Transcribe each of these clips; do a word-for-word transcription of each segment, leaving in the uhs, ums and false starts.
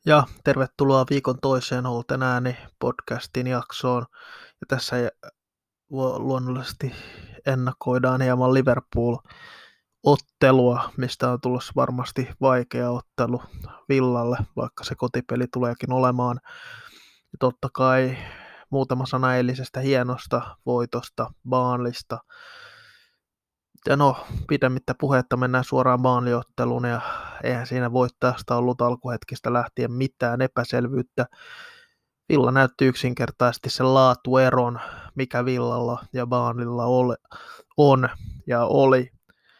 Ja tervetuloa viikon toiseen Holten ääni podcastin jaksoon. Ja tässä luonnollisesti ennakoidaan hieman Liverpool-ottelua, mistä on tulossa varmasti vaikea ottelu Villalle, vaikka se kotipeli tuleekin olemaan. Ja totta kai muutama sana eilisestä hienosta voitosta Burnleysta. Ja no, pidemmittä puhetta mennään suoraan Burnley-otteluun, ja eihän siinä voittajasta ollut alkuhetkistä lähtien mitään epäselvyyttä. Villa näytti yksinkertaisesti sen laatueron, mikä Villalla ja Burnleylla on ja oli.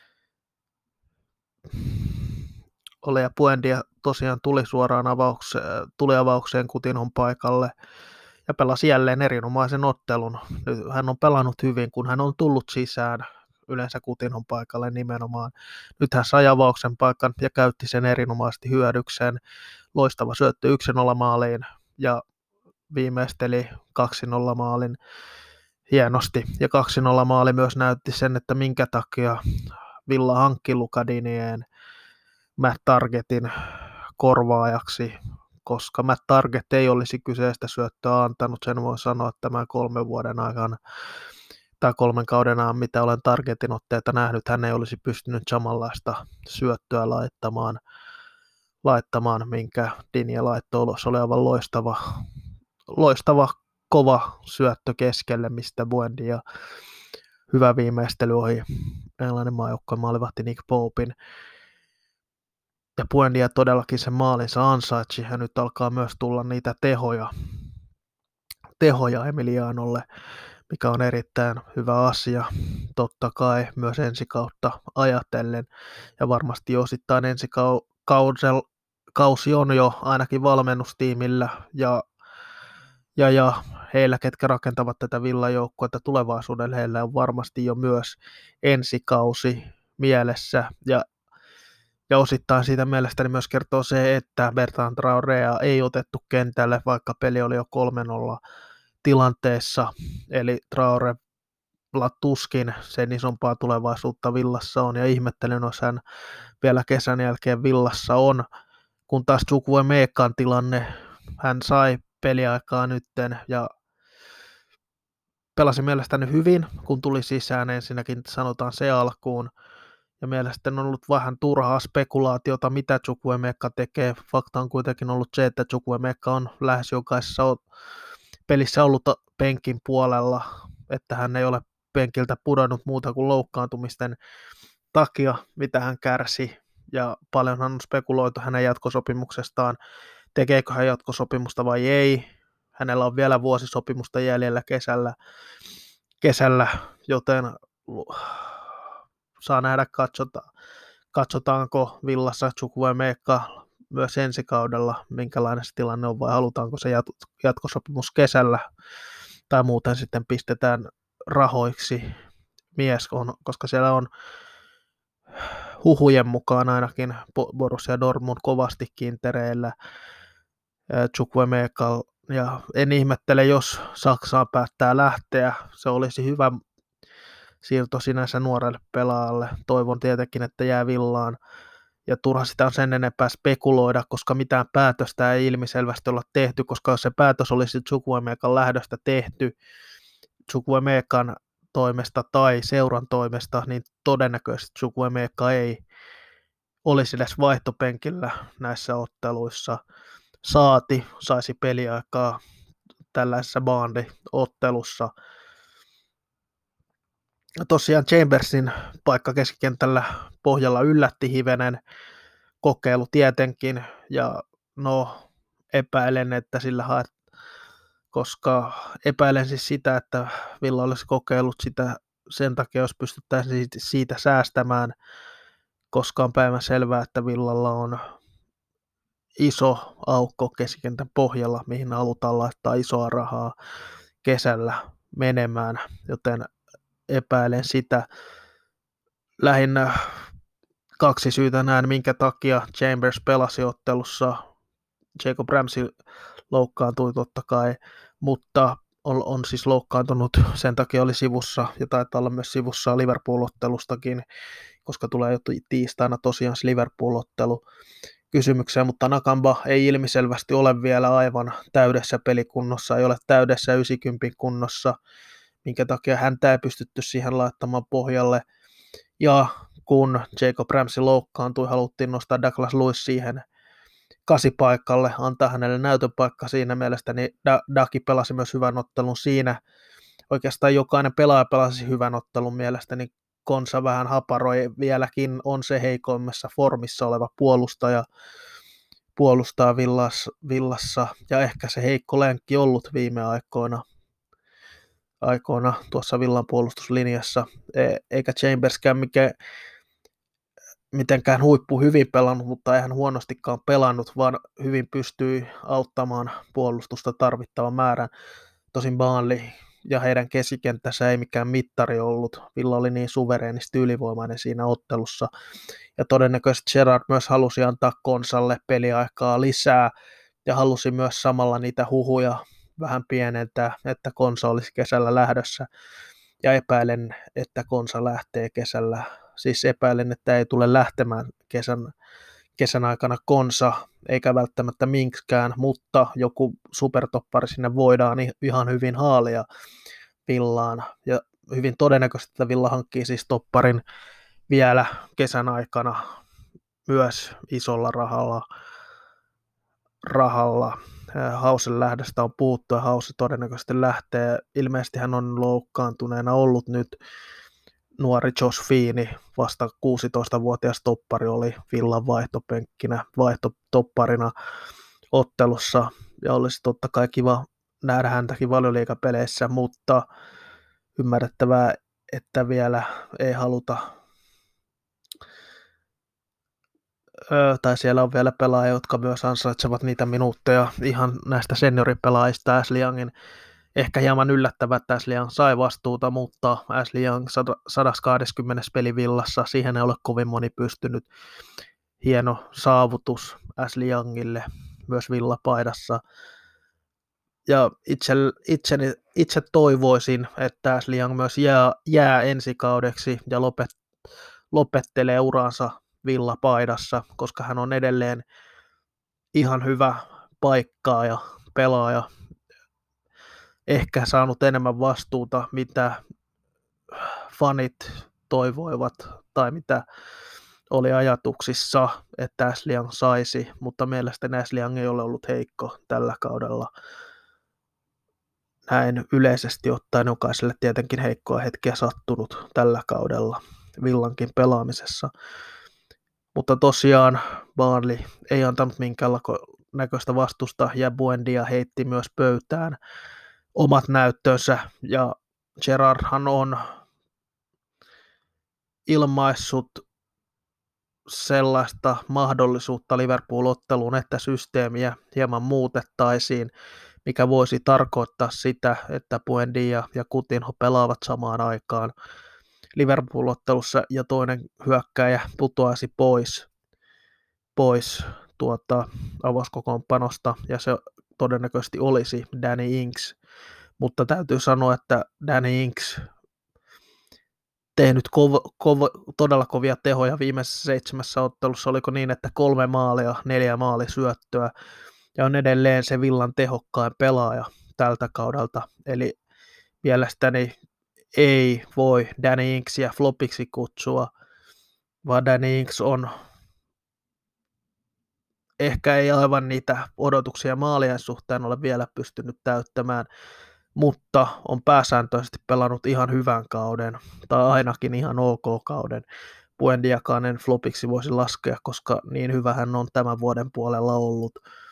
Ole ja Buendia tosiaan tuli suoraan avaukseen, tuli avaukseen Coutinhon paikalle ja pelasi jälleen erinomaisen ottelun. Hän on pelannut hyvin, kun hän on tullut sisään yleensä Coutinhon paikalle nimenomaan. Nyt hän sai avauksen paikan ja käytti sen erinomaisesti hyödykseen. Loistava syöttö yksi nolla maaliin ja viimeisteli kaksi nolla maalin hienosti. Ja kaksi nolla maali myös näytti sen, että minkä takia Villa hankki Lukadinien Matt Targetin korvaajaksi, koska Matt Target ei olisi kyseistä syöttöä antanut. Sen voi sanoa tämän kolmen vuoden aikana tai kolmen kauden ajan, mitä olen Targetin otteita nähnyt, hän ei olisi pystynyt samanlaista syöttöä laittamaan, laittamaan minkä Digne laittoi ulos. Oli aivan loistava, loistava kova syöttö keskelle, mistä Buendia hyvä viimeistely ohi englannin maajoukkojen maalivahti Nick Popin. Ja Buendia todellakin sen maalinsa ansaitsi, ja nyt alkaa myös tulla niitä tehoja, tehoja Emilianolle, mikä on erittäin hyvä asia, totta kai myös ensi kautta ajatellen, ja varmasti osittain ensi kausi on jo ainakin valmennustiimillä, ja, ja, ja heillä, ketkä rakentavat tätä Villa-joukkuetta tulevaisuudelle, heillä on varmasti jo myös ensi kausi mielessä, ja Ja osittain siitä mielestäni myös kertoo se, että Bertrand Traorea ei otettu kentälle, vaikka peli oli jo kolme nolla tilanteessa. Eli Traorella tuskin sen isompaa tulevaisuutta Villassa on. Ja ihmettelen, jos hän vielä kesän jälkeen Villassa on. Kun taas Chukwuemekan tilanne, hän sai peliaikaa nytten ja pelasi mielestäni hyvin, kun tuli sisään. Ensinnäkin sanotaan se alkuun. Ja mielestäni on ollut vähän turhaa spekulaatiota, mitä Chukwuemeka tekee. Fakta on kuitenkin ollut se, että Chukwuemeka on lähes jokaisessa pelissä ollut penkin puolella, että hän ei ole penkiltä pudonnut muuta kuin loukkaantumisten takia, mitä hän kärsi. Ja paljonhan on spekuloitu hänen jatkosopimuksestaan, tekeekö hän jatkosopimusta vai ei. Hänellä on vielä vuosisopimusta jäljellä kesällä, kesällä joten saa nähdä, katsota, katsotaanko Villassa Chukwuemeka myös ensi kaudella, minkälainen se tilanne on, vai halutaanko se jatkosopimus kesällä, tai muuten sitten pistetään rahoiksi mies, on, koska siellä on huhujen mukaan ainakin Borussia Dortmund kovasti kintereillä Chukwuemeka, ja en ihmettele, jos Saksaan päättää lähteä, se olisi hyvä siirto sinänsä nuorelle pelaajalle. Toivon tietenkin, että jää Villaan. Ja turha sitä on sen enempää spekuloida, koska mitään päätöstä ei ilmiselvästi olla tehty, koska jos se päätös olisi Chukwuemekan lähdöstä tehty Chukwuemekan toimesta tai seuran toimesta, niin todennäköisesti Chukwuemeka ei olisi edes vaihtopenkillä näissä otteluissa. Saati saisi peliaikaa tällaisessa Burnley-ottelussa. Tosiaan Chambersin paikka keskikentällä pohjalla yllätti hivenen, kokeilu tietenkin, ja no epäilen, että sillä haet, koska epäilen siis sitä, että Villa olisi kokeillut sitä sen takia, jos pystyttäisiin siitä säästämään, koska on päivän selvää, että Villalla on iso aukko keskikentän pohjalla, mihin halutaan laittaa isoa rahaa kesällä menemään, joten epäilen sitä. Lähinnä kaksi syytä näen, minkä takia Chambers pelasi ottelussa. Jacob Ramsey loukkaantui totta kai, mutta on, on siis loukkaantunut, sen takia oli sivussa ja taitaa olla myös sivussa Liverpool-ottelustakin, koska tulee jo tiistaina tosiaan se Liverpool-ottelu. kysymykseen, mutta Nakamba ei ilmiselvästi ole vielä aivan täydessä pelikunnossa, ei ole täydessä yhdeksänkymmentä kunnossa, minkä takia häntä ei pystytty siihen laittamaan pohjalle. Ja kun Jacob Ramsey loukkaantui, haluttiin nostaa Douglas Lewis siihen kasipaikalle, antaa hänelle näytöpaikka siinä mielessä, niin Daki pelasi myös hyvän ottelun siinä. Oikeastaan jokainen pelaaja pelasi hyvän ottelun mielestäni. Konsa vähän haparoi, vieläkin on se heikoimmassa formissa oleva puolustaja, puolustaa villas, villassa, ja ehkä se heikko lenkki ollut viime aikoina, aikoina tuossa villan puolustuslinjassa, e, eikä Chamberskään mikä, mitenkään huippu hyvin pelannut, mutta eihän huonostikaan pelannut, vaan hyvin pystyi auttamaan puolustusta tarvittavan määrän. Tosin Burnley ja heidän keskikenttänsä ei mikään mittari ollut. Villa oli niin suvereenisti ylivoimainen siinä ottelussa. Ja todennäköisesti Gerrard myös halusi antaa Konsalle peliaikaa lisää ja halusi myös samalla niitä huhuja vähän pienentää, että Konsa olisi kesällä lähdössä. Ja epäilen, että Konsa lähtee kesällä. Siis epäilen, että ei tule lähtemään kesän, kesän aikana Konsa, eikä välttämättä Minkskään, mutta joku supertoppari sinne voidaan ihan hyvin haalia Villaan. Ja hyvin todennäköisesti, että Villa hankkii siis topparin vielä kesän aikana myös isolla rahalla. rahalla. Hausen lähdöstä on puhuttu ja Hause todennäköisesti lähtee. Ilmeisesti hän on loukkaantuneena ollut nyt. Nuori Josh Feeney, vasta kuusitoistavuotias toppari, oli Villan vaihtopenkkinä, vaihtotopparina ottelussa, ja olisi totta kai kiva nähdä häntäkin Valioliigapeleissä, mutta ymmärrettävää, että vielä ei haluta, öö, tai siellä on vielä pelaajia, jotka myös ansaitsevat niitä minuutteja ihan näistä senioripelaajista. Ashley Youngin ehkä hieman yllättävää, että Ashley Young sai vastuuta, mutta Ashley Young sata kaksikymmentä peli Villassa, siihen ei ole kovin moni pystynyt. Hieno saavutus Ashley Youngille myös Villapaidassa. Ja itse, itseni, itse toivoisin, että Ashley Young myös jää, jää ensi kaudeksi ja lopet, lopettelee uransa Villapaidassa, koska hän on edelleen ihan hyvä paikkaa ja pelaaja. Ehkä saanut enemmän vastuuta, mitä fanit toivoivat tai mitä oli ajatuksissa, että Ashley Young saisi, mutta mielestäni Ashley Young ei ole ollut heikko tällä kaudella. Näin yleisesti ottaen jokaiselle tietenkin heikkoa hetkeä sattunut tällä kaudella Villankin pelaamisessa. Mutta tosiaan Burnley ei antanut minkäänlaista vastusta ja Buendia heitti myös pöytään omat näyttönsä, ja Gerrardhan on ilmaissut sellaista mahdollisuutta Liverpool-otteluun, että systeemiä hieman muutettaisiin, mikä voisi tarkoittaa sitä, että Buendia ja Coutinho pelaavat samaan aikaan Liverpool-ottelussa ja toinen hyökkääjä putoaisi pois, pois tuota, avauskokoonpanosta, ja se todennäköisesti olisi Danny Ings. Mutta täytyy sanoa, että Danny Ings tehnyt kov- kov- todella kovia tehoja viimeisessä seitsemässä ottelussa, oliko niin, että kolme maalia, neljä maalisyöttöä, ja on edelleen se Villan tehokkain pelaaja tältä kaudelta, eli mielestäni ei voi Danny Ingsia flopiksi kutsua, vaan Danny Ings on ehkä ei aivan niitä odotuksia maalien suhteen ole vielä pystynyt täyttämään, mutta on pääsääntöisesti pelannut ihan hyvän kauden, tai ainakin ihan ok kauden. Buendiakaan en flopiksi voisi laskea, koska niin hyvä hän on tämän vuoden puolella ollut.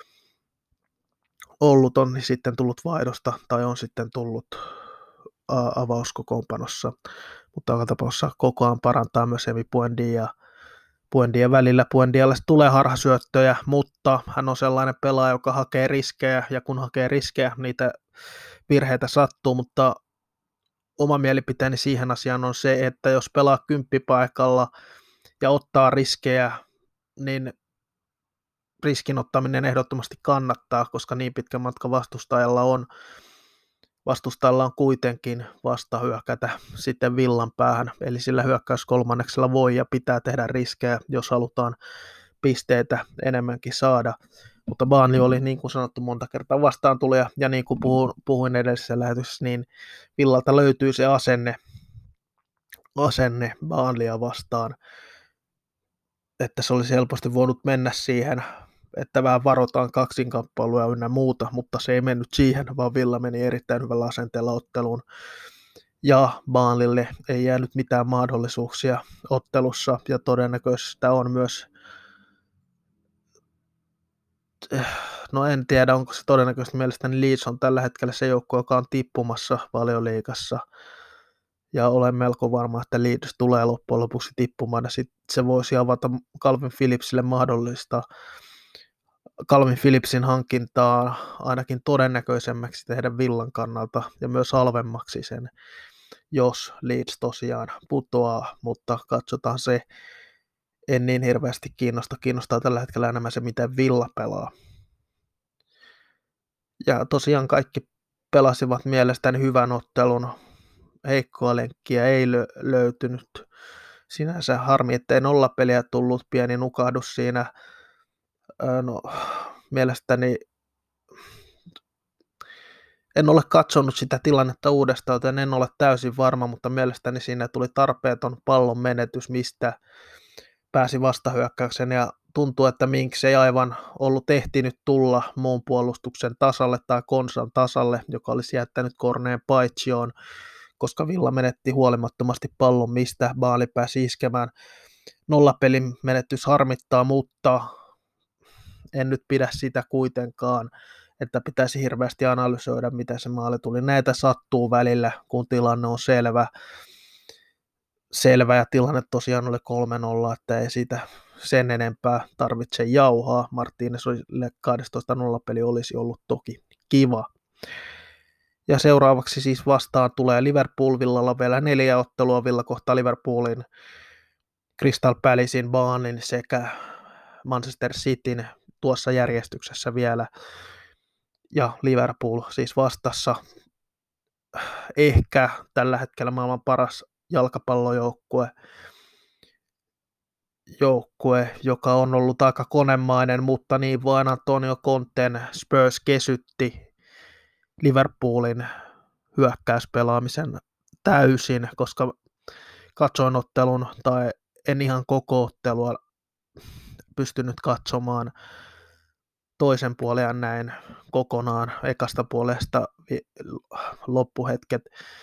Ollut on niin sitten tullut vaihdosta, tai on sitten tullut avauskokoonpanossa, mutta joka tapauksessa koko ajan parantaa myös Emi Buendia. Buendia välillä. Buendialle tulee harhasyöttöjä, mutta hän on sellainen pelaaja, joka hakee riskejä, ja kun hakee riskejä, niitä virheitä sattuu, mutta oma mielipiteeni siihen asiaan on se, että jos pelaa kymppipaikalla ja ottaa riskejä, niin riskin ottaminen ehdottomasti kannattaa, koska niin pitkä matka vastustajalla on. Vastustajalla on kuitenkin vasta hyökätä sitten Villan päähän, eli sillä hyökkäyskolmanneksella voi ja pitää tehdä riskejä, jos halutaan pisteitä enemmänkin saada. Mutta Burnley oli niin kuin sanottu monta kertaa vastaan tulija, ja niin kuin puhuin, puhuin edellisessä lähetyksessä, niin Villalta löytyy se asenne, asenne Burnleyä vastaan, että se olisi helposti voinut mennä siihen, että vähän varotaan kaksinkappailuja ynnä muuta, mutta se ei mennyt siihen, vaan Villa meni erittäin hyvällä asenteella otteluun. Ja Burnleylle ei jäänyt mitään mahdollisuuksia ottelussa, ja todennäköistä on myös, no en tiedä onko se todennäköisesti, mielestäni Leeds on tällä hetkellä se joukko, joka on tippumassa Valioliigassa, ja olen melko varma, että Leeds tulee loppujen lopuksi tippumaan, ja sitten se voisi avata Calvin Phillipsille mahdollista Calvin Phillipsin hankintaa ainakin todennäköisemmäksi tehdä Villan kannalta, ja myös halvemmaksi sen, jos Leeds tosiaan putoaa, mutta katsotaan se. En niin hirveästi kiinnosta. Kiinnostaa tällä hetkellä enemmän se, miten Villa pelaa. Ja tosiaan kaikki pelasivat mielestäni hyvän ottelun. Heikkoa lenkkiä ei lö- löytynyt. Sinänsä harmi, ettei nollapeliä tullut, pieni nukahdus siinä. Öö, no, mielestäni en ole katsonut sitä tilannetta uudestaan, joten en ole täysin varma, mutta mielestäni siinä tuli tarpeeton pallon menetys, mistä pääsi vastahyökkäyksen, ja tuntuu, että Minks ei aivan ollut ehtinyt tulla muun puolustuksen tasalle tai Konsan tasalle, joka olisi jättänyt Korneen paitsioon, koska Villa menetti huolimattomasti pallon, mistä Baali pääsi iskemään. Nollapelin menetys harmittaa, mutta en nyt pidä sitä kuitenkaan, että pitäisi hirveästi analysoida, miten se maali tuli. Näitä sattuu välillä, kun tilanne on selvä. Selvä ja tilanne tosiaan oli kolme nolla, että ei siitä sen enempää tarvitse jauhaa. Martínezille kaksitoista nolla peli olisi ollut toki kiva. Ja seuraavaksi siis vastaan tulee Liverpool. Villalla vielä neljä ottelua. Villa kohtaa Liverpoolin, Crystal Palacein, Burnleyn sekä Manchester Cityn tuossa järjestyksessä vielä. Ja Liverpool siis vastassa ehkä tällä hetkellä maailman paras jalkapallojoukkue, joukkue, joka on ollut aika konemainen, mutta niin vain Antonio Conten Spurs kesytti Liverpoolin hyökkäyspelaamisen täysin, koska katsoin ottelun, tai en ihan koko ottelua pystynyt katsomaan, toisen puolen näin kokonaan, ekasta puolesta loppuhetket,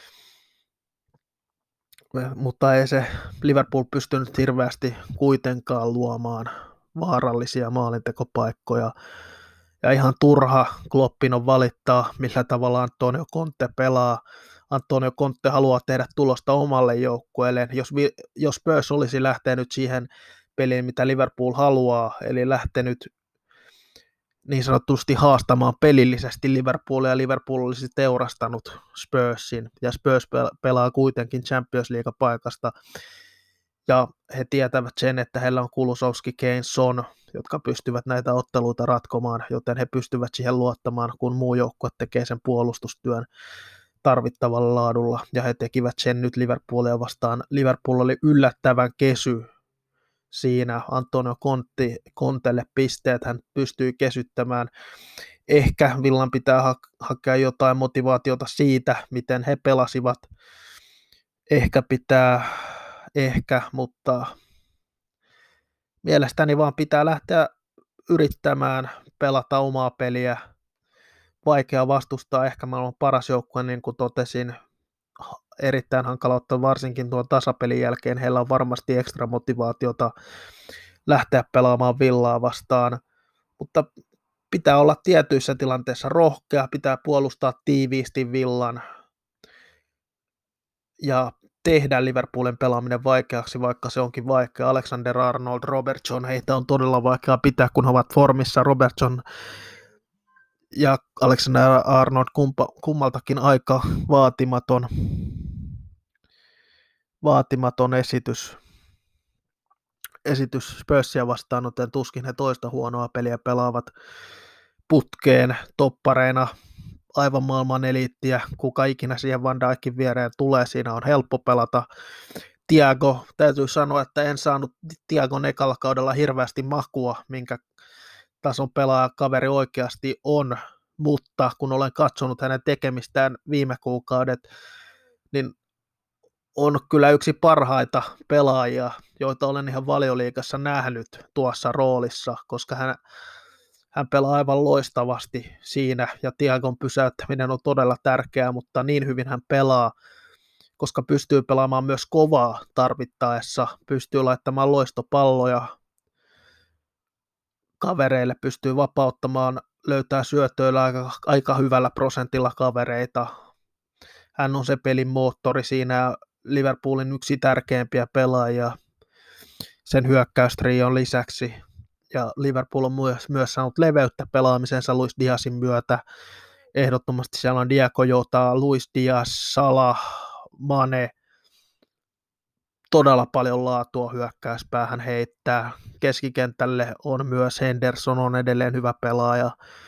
mutta ei se Liverpool pystynyt hirveästi kuitenkaan luomaan vaarallisia maalintekopaikkoja. Ja ihan turha Kloppin on valittaa, millä tavalla Antonio Conte pelaa. Antonio Conte haluaa tehdä tulosta omalle joukkueelleen. Jos, jos Spurs olisi lähtenyt siihen peliin, mitä Liverpool haluaa, eli lähtenyt niin sanotusti haastamaan pelillisesti Liverpoolia, ja Liverpool olisi teurastanut Spursin, ja Spurs pelaa kuitenkin Champions League-paikasta, ja he tietävät sen, että heillä on Kulusovski, Kane, Son, jotka pystyvät näitä otteluita ratkomaan, joten he pystyvät siihen luottamaan, kun muu joukkue tekee sen puolustustyön tarvittavalla laadulla, ja he tekivät sen nyt Liverpoolia vastaan. Liverpool oli yllättävän kesy siinä. Antonio Conte, Contelle pisteet, hän pystyy kesyttämään. Ehkä Villan pitää ha- hakea jotain motivaatiota siitä, miten he pelasivat. Ehkä pitää, ehkä, mutta mielestäni vaan pitää lähteä yrittämään pelata omaa peliä. Vaikea vastustaa, ehkä maailman paras joukkue, niin kuin totesin, erittäin hankala ottaa varsinkin tuon tasapelin jälkeen. Heillä on varmasti ekstra motivaatiota lähteä pelaamaan Villaa vastaan, mutta pitää olla tietyissä tilanteissa rohkea, pitää puolustaa tiiviisti Villan ja tehdä Liverpoolin pelaaminen vaikeaksi, vaikka se onkin vaikea. Alexander Arnold, Robertson, heitä on todella vaikea pitää, kun he ovat formissa. Robertson ja Alexander Arnold kumpa, kummaltakin aika vaatimaton, vaatimaton esitys. esitys Spursia vastaan, joten tuskin he toista huonoa peliä pelaavat putkeen toppareina, aivan maailman eliittiä, kuka ikinä siihen Van Dijkin viereen tulee, siinä on helppo pelata. Thiago, täytyy sanoa, että en saanut Thiagon ekalla kaudella hirveästi makua, minkä tason pelaaja kaveri oikeasti on, mutta kun olen katsonut hänen tekemistään viime kuukaudet, niin on kyllä yksi parhaita pelaajia, joita olen ihan Valioliigassa nähnyt tuossa roolissa, koska hän, hän pelaa aivan loistavasti siinä, ja Thiagon pysäyttäminen on todella tärkeää, mutta niin hyvin hän pelaa, koska pystyy pelaamaan myös kovaa tarvittaessa, pystyy laittamaan loistopalloja kavereille, pystyy vapauttamaan, löytää syötöillä aika, aika hyvällä prosentilla kavereita. Hän on se pelin moottori siinä, Liverpoolin yksi tärkeimpiä pelaajia sen hyökkäystrion lisäksi. Ja Liverpool on myös, myös saanut leveyttä pelaamisensa Luis Diazin myötä. Ehdottomasti siellä on Diego Jota, Luis Diaz, Salah, Mane. Todella paljon laatua hyökkäyspäähän heittää. Keskikentälle on myös Henderson, on edelleen hyvä pelaaja.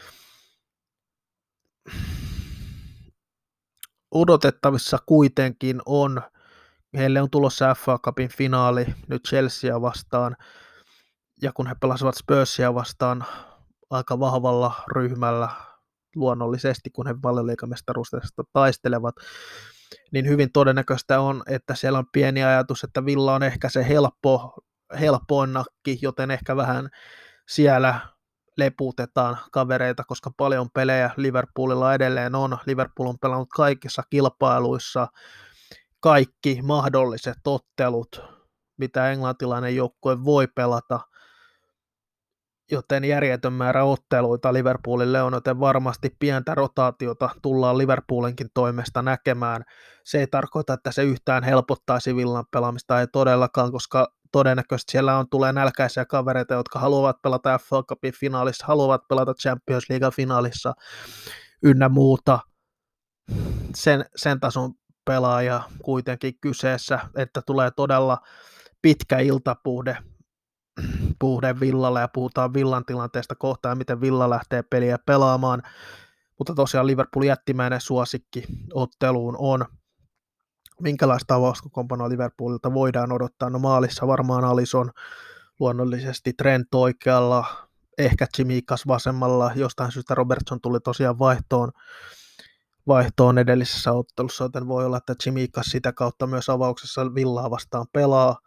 Odotettavissa kuitenkin on, heille on tulossa F A Cupin finaali nyt Chelsea vastaan, ja kun he pelasivat Spursia vastaan aika vahvalla ryhmällä, luonnollisesti kun he Valioliigamestaruudesta taistelevat, niin hyvin todennäköistä on, että siellä on pieni ajatus, että Villa on ehkä se helppo, helpoin nakki, joten ehkä vähän siellä leputetaan kavereita, koska paljon pelejä Liverpoolilla edelleen on. Liverpool on pelannut kaikissa kilpailuissa kaikki mahdolliset ottelut, mitä englantilainen joukkue voi pelata, joten järjetön määrä otteluita Liverpoolille on, joten varmasti pientä rotaatiota tullaan Liverpoolinkin toimesta näkemään. Se ei tarkoita, että se yhtään helpottaisi Villan pelaamista, ei todellakaan, koska todennäköisesti siellä on tulee nälkäisiä kavereita, jotka haluavat pelata F A Cupin finaalissa, haluavat pelata Champions League finaalissa ynnä muuta. Sen, sen tason pelaaja kuitenkin kyseessä, että tulee todella pitkä iltapuhde puhde Villalle ja puhutaan Villan tilanteesta kohtaan ja miten Villa lähtee peliä pelaamaan, mutta tosiaan Liverpool jättimäinen suosikki otteluun on. Minkälaista avauskokoonpanoa Liverpoolilta voidaan odottaa? No maalissa varmaan Alisson, luonnollisesti Trent oikealla, ehkä Tsimikas vasemmalla, jostain syystä Robertson tuli tosiaan vaihtoon, vaihtoon edellisessä ottelussa, joten voi olla, että Tsimikas sitä kautta myös avauksessa Villaa vastaan pelaa.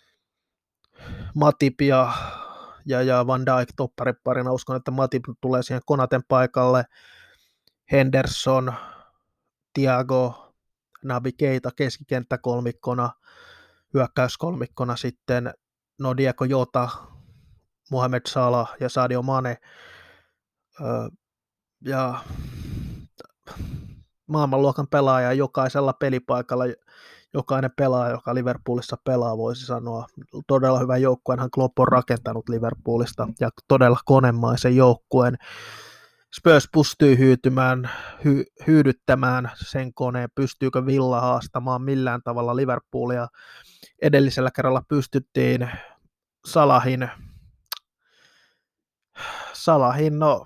Matip ja, ja, ja Van Dijk toppariparina, uskon, että Matip tulee siihen Konaten paikalle, Henderson, Thiago, Naby Keita keskikenttäkolmikkona, hyökkäyskolmikkona sitten no Diego Jota, Mohamed Salah ja Sadio Mane. Öö, ja maailmanluokan pelaaja jokaisella pelipaikalla, jokainen pelaaja, joka Liverpoolissa pelaa, voisi sanoa. Todella hyvän joukkueenhan Klopp on rakentanut Liverpoolista ja todella konemaisen joukkueen. Spurs pystyy hyytymään, hy, hyydyttämään sen koneen, pystyykö Villa haastamaan millään tavalla Liverpoolia. Edellisellä kerralla pystyttiin Salahin, Salahin no,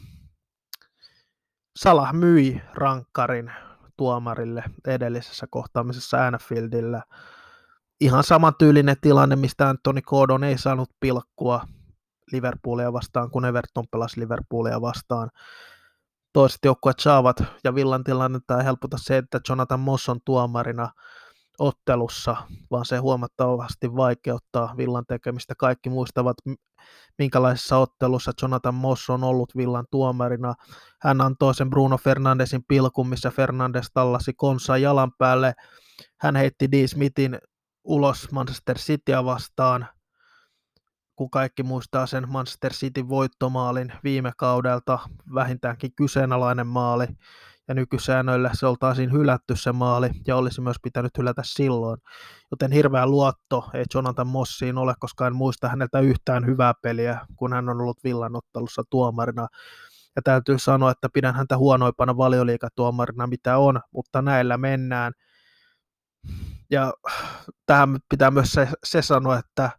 Salah myi rankkarin tuomarille edellisessä kohtaamisessa Anfieldillä. Ihan samantyylinen tilanne, mistä Anthony Gordon ei saanut pilkkua Liverpoolia vastaan, kun Everton pelasi Liverpoolia vastaan. Toiset joukkueet saavat, ja Villan tilannetta ei helpota se, että Jonathan Moss on tuomarina ottelussa, vaan se huomattavasti vaikeuttaa Villan tekemistä. Kaikki muistavat, minkälaisessa ottelussa Jonathan Moss on ollut Villan tuomarina. Hän antoi sen Bruno Fernandesin pilkun, missä Fernandes tallasi Konsa jalan päälle. Hän heitti Dee Smithin ulos Manchester Cityä vastaan, kun kaikki muistaa sen Manchester Cityn voittomaalin viime kaudelta, vähintäänkin kyseenalainen maali, ja nykysäännöillä se oltaisiin hylätty se maali, ja olisi myös pitänyt hylätä silloin. Joten hirveä luotto ei Jonathan Mossiin ole, koska en muista häneltä yhtään hyvää peliä, kun hän on ollut Villan ottelussa tuomarina. Ja täytyy sanoa, että pidän häntä huonoimpana Valioliigatuomarina, mitä on, mutta näillä mennään. Ja tähän pitää myös se, se sanoa, että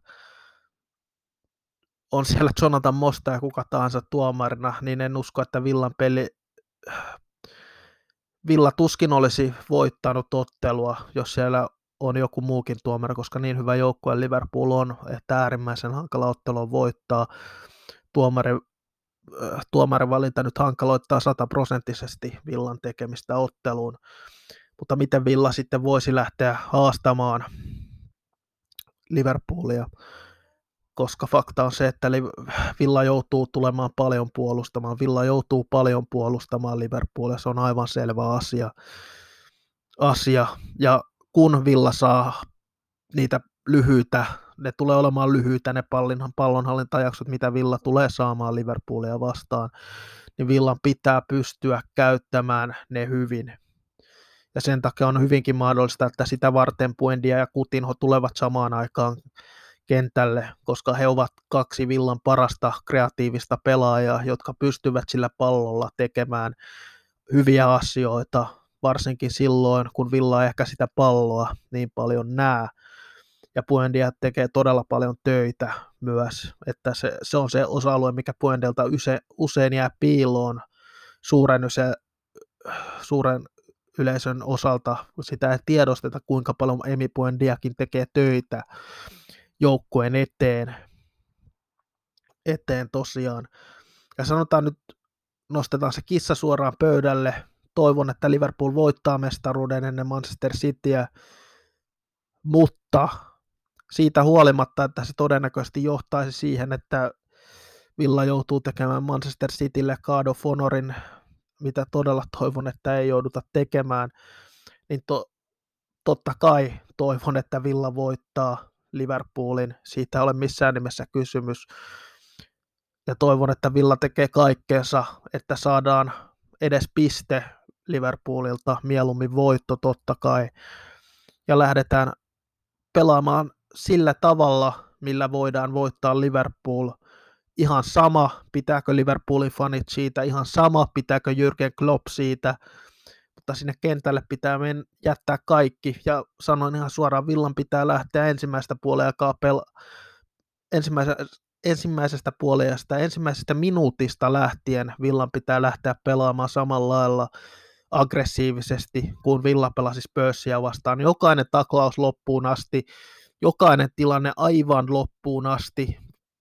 on siellä Jonathan Mosta ja kuka tahansa tuomarina, niin en usko, että Villan peli, Villa tuskin olisi voittanut ottelua, jos siellä on joku muukin tuomari, koska niin hyvä joukkue Liverpool on, että äärimmäisen hankala ottelu on voittaa. Tuomari, tuomarin valinta nyt hankaloittaa sataprosenttisesti Villan tekemistä otteluun, mutta miten Villa sitten voisi lähteä haastamaan Liverpoolia, koska fakta on se, että Villa joutuu tulemaan paljon puolustamaan, Villa joutuu paljon puolustamaan Liverpoolia, se on aivan selvä asia, asia. Ja kun Villa saa niitä lyhyitä, ne tulee olemaan lyhyitä ne pallonhallintajaksot, mitä Villa tulee saamaan Liverpoolia vastaan, niin Villan pitää pystyä käyttämään ne hyvin. Ja sen takia on hyvinkin mahdollista, että sitä varten Buendia ja Coutinho tulevat samaan aikaan kentälle, koska he ovat kaksi Villan parasta kreatiivista pelaajaa, jotka pystyvät sillä pallolla tekemään hyviä asioita, varsinkin silloin, kun Villa ei ehkä sitä palloa niin paljon näe. Ja Buendia tekee todella paljon töitä myös, että se, se on se osa-alue, mikä Buendelta use, usein jää piiloon suuren, use, suuren yleisön osalta. Sitä ei tiedosteta, kuinka paljon Emi Buendiakin tekee töitä joukkueen eteen, eteen tosiaan. Ja sanotaan nyt, nostetaan se kissa suoraan pöydälle. Toivon, että Liverpool voittaa mestaruuden ennen Manchester Cityä, mutta siitä huolimatta, että se todennäköisesti johtaisi siihen, että Villa joutuu tekemään Manchester Citylle Card of Honorin, mitä todella toivon, että ei jouduta tekemään, niin to, totta kai toivon, että Villa voittaa Liverpoolin, siitä ei ole missään nimessä kysymys, ja toivon, että Villa tekee kaikkeensa, että saadaan edes piste Liverpoolilta, mieluummin voitto totta kai, ja lähdetään pelaamaan sillä tavalla, millä voidaan voittaa Liverpool. Ihan sama, pitääkö Liverpoolin fanit siitä, ihan sama, pitääkö Jürgen Klopp siitä, mutta sinne kentälle pitää men- jättää kaikki, ja sanoin ihan suoraan, Villan pitää lähteä ensimmäisestä puolelta pel- ensimmäisestä, ensimmäisestä puolesta, ensimmäisestä minuutista lähtien Villan pitää lähteä pelaamaan samalla lailla aggressiivisesti, kuin Villa pelasi Spursia vastaan. Jokainen taklaus loppuun asti, jokainen tilanne aivan loppuun asti,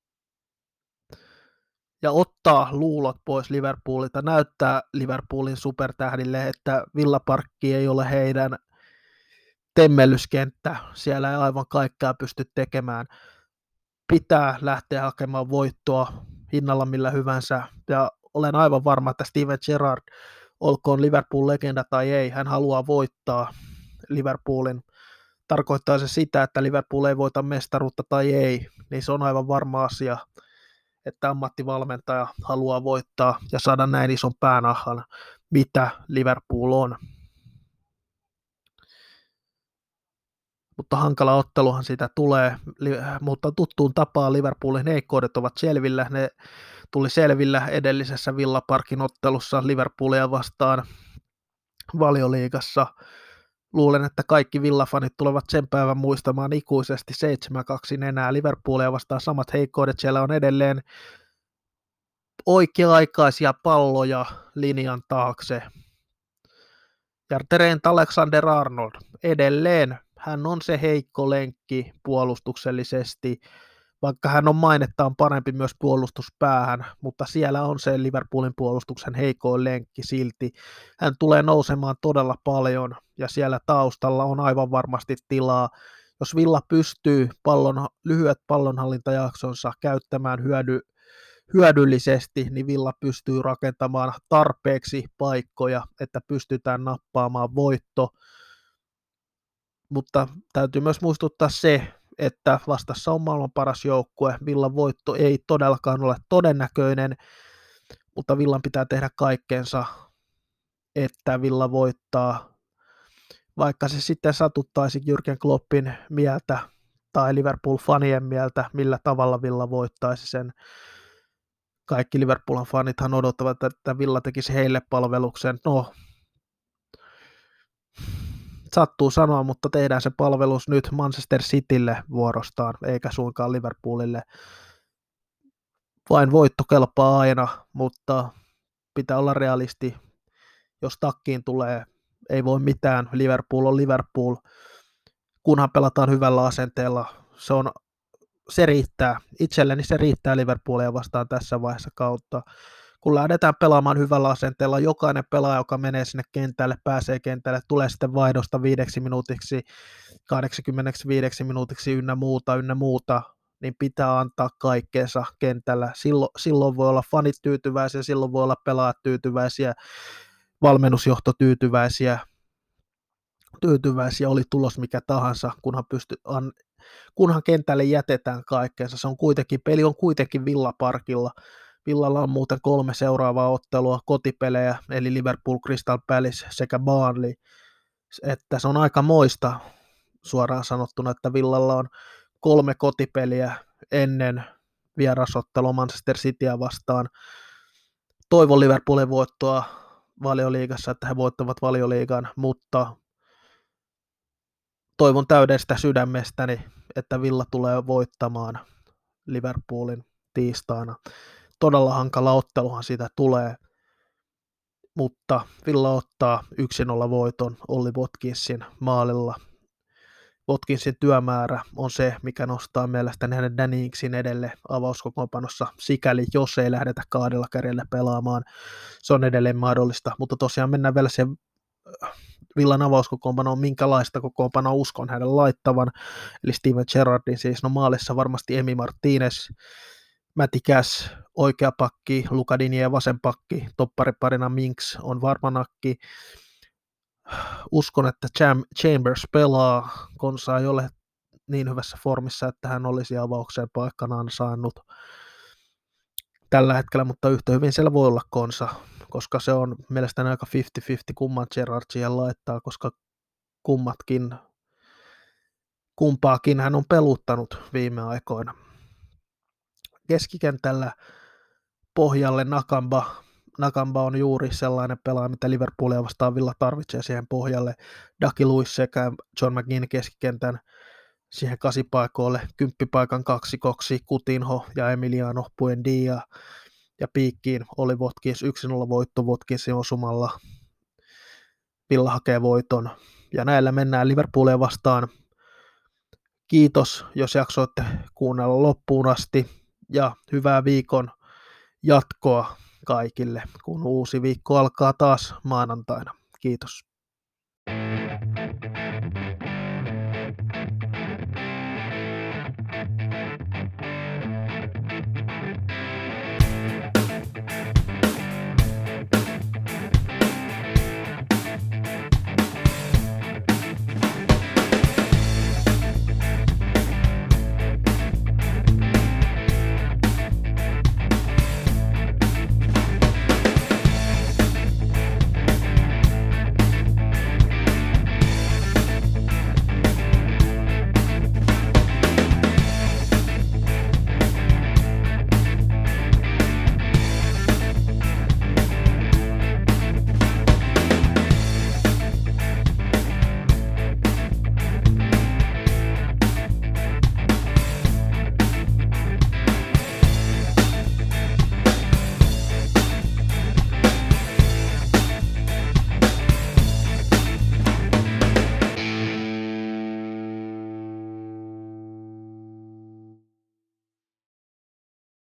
ja ottaa luulot pois Liverpoolilta, näyttää Liverpoolin supertähdille, että Villa Parkki ei ole heidän temmellyskenttä, siellä ei aivan kaikkea pysty tekemään. Pitää lähteä hakemaan voittoa hinnalla millä hyvänsä, ja olen aivan varma, että Steven Gerrard, olkoon Liverpool-legenda tai ei, hän haluaa voittaa Liverpoolin. Tarkoittaa se sitä, että Liverpool ei voita mestaruutta tai ei, niin se on aivan varma asia, että ammattivalmentaja haluaa voittaa ja saada näin ison päänahan, mitä Liverpool on. Mutta hankala otteluhan siitä tulee, mutta tuttuun tapaan Liverpoolin heikkoudet ovat selvillä. Ne tuli selvillä edellisessä Villa Parkin ottelussa Liverpoolia vastaan Valioliigassa. Luulen, että kaikki Villa-fanit tulevat sen päivän muistamaan ikuisesti seitsemän kaksi enää Liverpoolia vastaan samat heikkoudet. Siellä on edelleen oikea-aikaisia palloja linjan taakse. Ja Trent Alexander-Arnold edelleen, hän on se heikko lenkki puolustuksellisesti, vaikka hän on mainettaan parempi myös puolustuspäähän, mutta siellä on se Liverpoolin puolustuksen heikoin lenkki silti. Hän tulee nousemaan todella paljon ja siellä taustalla on aivan varmasti tilaa. Jos Villa pystyy pallon, lyhyet pallonhallintajaksonsa käyttämään hyödy, hyödyllisesti, niin Villa pystyy rakentamaan tarpeeksi paikkoja, että pystytään nappaamaan voitto. Mutta täytyy myös muistuttaa se, että vastassa on maailman paras joukkue. Villan voitto ei todellakaan ole todennäköinen, mutta Villan pitää tehdä kaikkeensa, että Villa voittaa. Vaikka se sitten satuttaisi Jürgen Kloppin mieltä tai Liverpool-fanien mieltä, millä tavalla Villa voittaisi sen. Kaikki Liverpoolan fanithan odottavat, että Villa tekisi heille palveluksen. No, sattuu sanoa, mutta tehdään se palvelus nyt Manchester Citylle vuorostaan, eikä suinkaan Liverpoolille. Vain voitto kelpaa aina, mutta pitää olla realisti. Jos takkiin tulee, ei voi mitään. Liverpool on Liverpool. kunhan pelataan hyvällä asenteella. Se, on, se riittää. Itselleni se riittää Liverpoolia vastaan tässä vaiheessa kautta. Kun lähdetään pelaamaan hyvällä asenteella, jokainen pelaaja, joka menee sinne kentälle, pääsee kentälle, tulee sitten vaihdosta viideksi minuutiksi, kahdeksankymmentäviisi minuutiksi ynnä muuta, ynnä muuta, niin pitää antaa kaikkeensa kentällä. Silloin, silloin voi olla fanit tyytyväisiä, silloin voi olla pelaajat tyytyväisiä, valmennusjohto tyytyväisiä, tyytyväisiä, oli tulos mikä tahansa, kunhan, pysty, an, kunhan kentälle jätetään kaikkeensa. Se on kuitenkin, peli on kuitenkin Villaparkilla. Villalla on muuten kolme seuraavaa ottelua, kotipelejä, eli Liverpool, Crystal Palace sekä Burnley. Että se on aika moista suoraan sanottuna, että Villalla on kolme kotipeliä ennen vierasottelua Manchester Cityä vastaan. Toivon Liverpoolin voittoa Valioliigassa, että he voittavat Valioliigan, mutta toivon täydestä sydämestäni, että Villa tulee voittamaan Liverpoolin tiistaina. Todella hankala otteluhan siitä tulee, mutta Villa ottaa yksi nolla voiton Olli Watkinsin maalilla. Watkinsin työmäärä on se, mikä nostaa mielestäni hänen Danny Inksin edelle avauskokoonpanossa, sikäli jos ei lähdetä kahdella kärjellä pelaamaan. Se on edelleen mahdollista, mutta tosiaan mennään vielä siihen Villan avauskokoonpanoon, minkälaista kokoonpanoa uskon hänen laittavan, eli Steven Gerrardin siis, no maalissa varmasti Emi Martinez, Matty Cash, oikea pakki, Luca Digne vasen pakki, toppariparina Minks on varmanakki. Uskon, että Chambers pelaa, Konsa ei ole niin hyvässä formissa, että hän olisi avaukseen paikkanaan saanut tällä hetkellä, mutta yhtä hyvin siellä voi olla Konsa, koska se on mielestäni aika viisikymmentä viisikymmentä kumman Gerrard siihen laittaa, koska kummatkin, kumpaakin hän on peluttanut viime aikoina. Keskikentällä pohjalle Nakamba. Nakamba on juuri sellainen pelaaja, mitä Liverpoolia vastaan Villa tarvitsee siihen pohjalle. Daki Luiz sekä John McGinn keskikentän siihen kasipaikoille. Kymppipaikan kaksikoksi Coutinho ja Emiliano Buendia. Ja piikkiin oli Watkins yksi nolla voitto Watkinsin osumalla. Villa hakee voiton. Ja näillä mennään Liverpoolia vastaan. Kiitos, jos jaksoitte kuunnella loppuun asti. Ja hyvää viikon jatkoa kaikille, kun uusi viikko alkaa taas maanantaina. Kiitos.